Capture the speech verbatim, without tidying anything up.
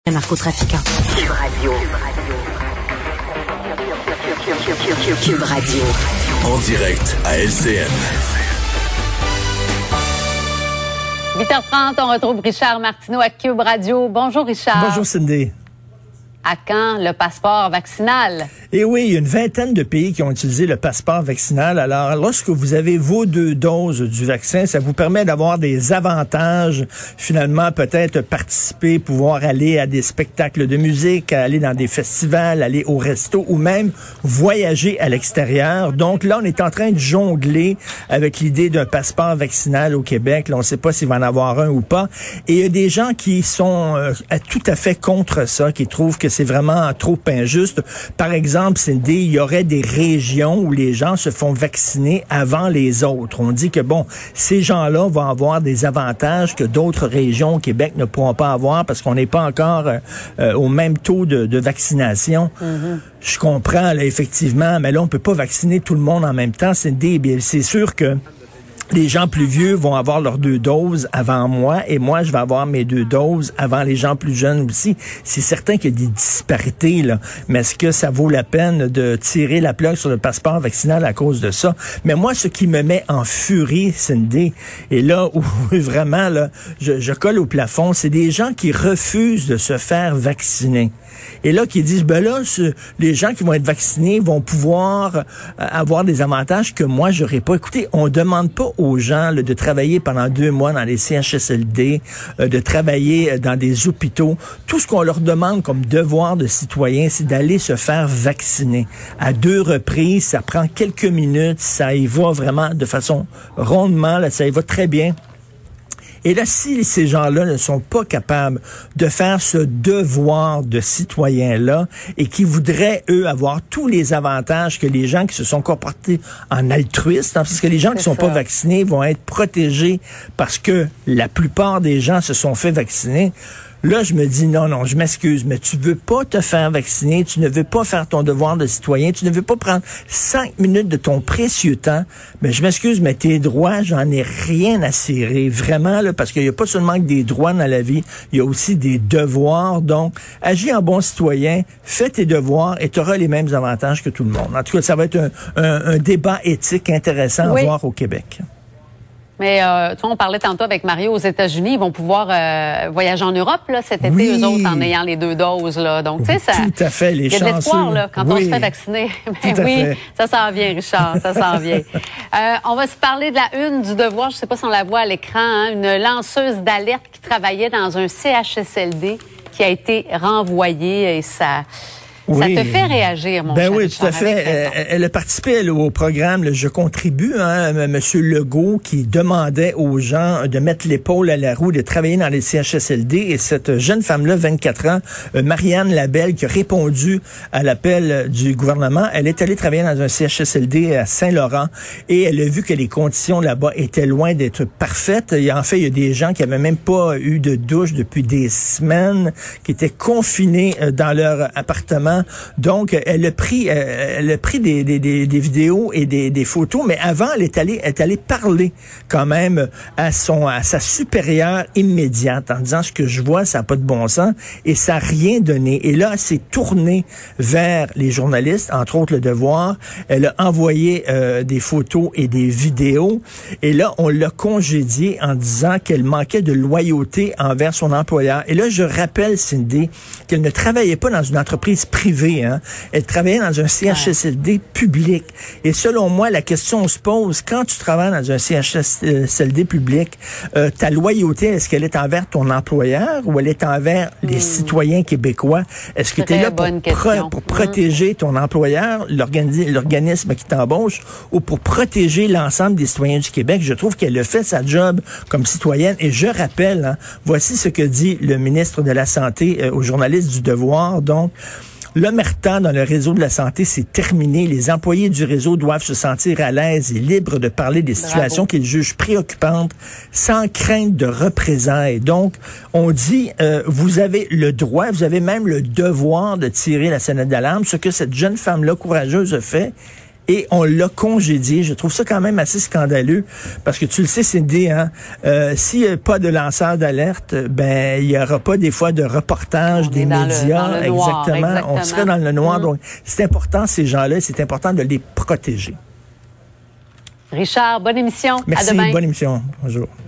narcotrafiquants. Cube Radio. Cube Radio. En direct à L C N. huit heures trente, on retrouve Richard Martineau à Cube Radio. Bonjour Richard. Bonjour Cindy. À quand le passeport vaccinal? Et oui, il y a une vingtaine de pays qui ont utilisé le passeport vaccinal. Alors, lorsque vous avez vos deux doses du vaccin, ça vous permet d'avoir des avantages, finalement, peut-être participer, pouvoir aller à des spectacles de musique, aller dans des festivals, aller au resto ou même voyager à l'extérieur. Donc là, on est en train de jongler avec l'idée d'un passeport vaccinal au Québec. Là, on ne sait pas s'il va en avoir un ou pas. Et il y a des gens qui sont euh, tout à fait contre ça, qui trouvent que c'est vraiment trop injuste. Par exemple, Cindy, il y aurait des régions où les gens se font vacciner avant les autres. On dit que, bon, ces gens-là vont avoir des avantages que d'autres régions au Québec ne pourront pas avoir parce qu'on n'est pas encore euh, euh, au même taux de, de vaccination. Mm-hmm. Je comprends, là, effectivement, mais là, on peut pas vacciner tout le monde en même temps, Cindy. Bien, c'est sûr que les gens plus vieux vont avoir leurs deux doses avant moi et moi, je vais avoir mes deux doses avant les gens plus jeunes aussi. C'est certain qu'il y a des disparités, là. Mais est-ce que ça vaut la peine de tirer la plug sur le passeport vaccinal à cause de ça? Mais moi, ce qui me met en furie, Cindy, et là où vraiment, là, je, je colle au plafond, c'est des gens qui refusent de se faire vacciner. Et là, qui disent, ben là, ce, les gens qui vont être vaccinés vont pouvoir euh, avoir des avantages que moi, j'aurais pas. Écoutez, on demande pas aux gens là, de travailler pendant deux mois dans les C H S L D, euh, de travailler dans des hôpitaux. Tout ce qu'on leur demande comme devoir de citoyen, c'est d'aller se faire vacciner. À deux reprises, ça prend quelques minutes, ça y va vraiment de façon rondement, là, ça y va très bien. Et là, si ces gens-là ne sont pas capables de faire ce devoir de citoyen-là et qui voudraient, eux, avoir tous les avantages que les gens qui se sont comportés en altruistes, hein, parce que les gens qui ne sont pas vaccinés vont être protégés parce que la plupart des gens se sont fait vacciner. Là, je me dis, non, non, je m'excuse, mais tu veux pas te faire vacciner, tu ne veux pas faire ton devoir de citoyen, tu ne veux pas prendre cinq minutes de ton précieux temps, mais je m'excuse, mais tes droits, j'en ai rien à cirer, vraiment, là, parce qu'il n'y a pas seulement que des droits dans la vie, il y a aussi des devoirs, donc, agis en bon citoyen, fais tes devoirs et tu auras les mêmes avantages que tout le monde. En tout cas, ça va être un, un, un débat éthique intéressant oui. à voir au Québec. Mais euh, tu vois, on parlait tantôt avec Mario aux États-Unis, ils vont pouvoir euh, voyager en Europe là cet été, oui. eux autres, en ayant les deux doses là. Donc tu sais, ça. Tout à fait, les chanceux. Il y a de l'espoir là quand oui. on se fait vacciner. Mais oui, fait. ça s'en vient, Richard, ça s'en vient. Euh, on va se parler de la une du Devoir. Je sais pas si on la voit à l'écran, hein, une lanceuse d'alerte qui travaillait dans un C H S L D qui a été renvoyée et ça. Oui. Ça te fait réagir, mon ben cher. Oui, tout à fait. Elle, elle a participé elle, au programme le Je contribue, hein, M. Legault, qui demandait aux gens de mettre l'épaule à la roue, de travailler dans les C H S L D. Et cette jeune femme-là, vingt-quatre ans, euh, Marianne Labelle, qui a répondu à l'appel du gouvernement, elle est allée travailler dans un C H S L D à Saint-Laurent et elle a vu que les conditions là-bas étaient loin d'être parfaites. Et en fait, il y a des gens qui avaient même pas eu de douche depuis des semaines, qui étaient confinés dans leur appartement. Donc, elle a pris, euh, elle a pris des, des, des, des vidéos et des, des photos, mais avant, elle est allée, elle est allée parler quand même à son, à sa supérieure immédiate en disant ce que je vois, ça n'a pas de bon sens et ça n'a rien donné. Et là, elle s'est tournée vers les journalistes, entre autres Le Devoir. Elle a envoyé euh, des photos et des vidéos et là, on l'a congédiée en disant qu'elle manquait de loyauté envers son employeur. Et là, je rappelle, Cindy, qu'elle ne travaillait pas dans une entreprise privée. Hein. Elle travaillait dans un C H S L D public. Et selon moi, la question se pose, quand tu travailles dans un C H S L D public, euh, ta loyauté, est-ce qu'elle est envers ton employeur ou elle est envers les mmh. citoyens québécois? Est-ce que tu es là pour, pro- pour protéger mmh. ton employeur, l'organi- l'organisme qui t'embauche, ou pour protéger l'ensemble des citoyens du Québec? Je trouve qu'elle a fait sa job comme citoyenne. Et je rappelle, hein, voici ce que dit le ministre de la Santé euh, aux journalistes du Devoir. Donc, l'omerta dans le réseau de la santé, c'est terminé. Les employés du réseau doivent se sentir à l'aise et libres de parler des situations Bravo. qu'ils jugent préoccupantes sans crainte de représailles. Donc, on dit, euh, vous avez le droit, vous avez même le devoir de tirer la sonnette d'alarme. Ce que cette jeune femme-là, courageuse, a fait. et on l'a congédié. Je trouve ça quand même assez scandaleux parce que tu le sais, Cindy, hein, euh, s'il n'y a pas de lanceur d'alerte, ben il n'y aura pas des fois de reportage des médias. Le, noir, exactement. exactement. On serait dans le noir. Mmh. Donc, c'est important, ces gens-là, c'est important de les protéger. Richard, bonne émission. Merci, à demain. bonne émission. Bonjour.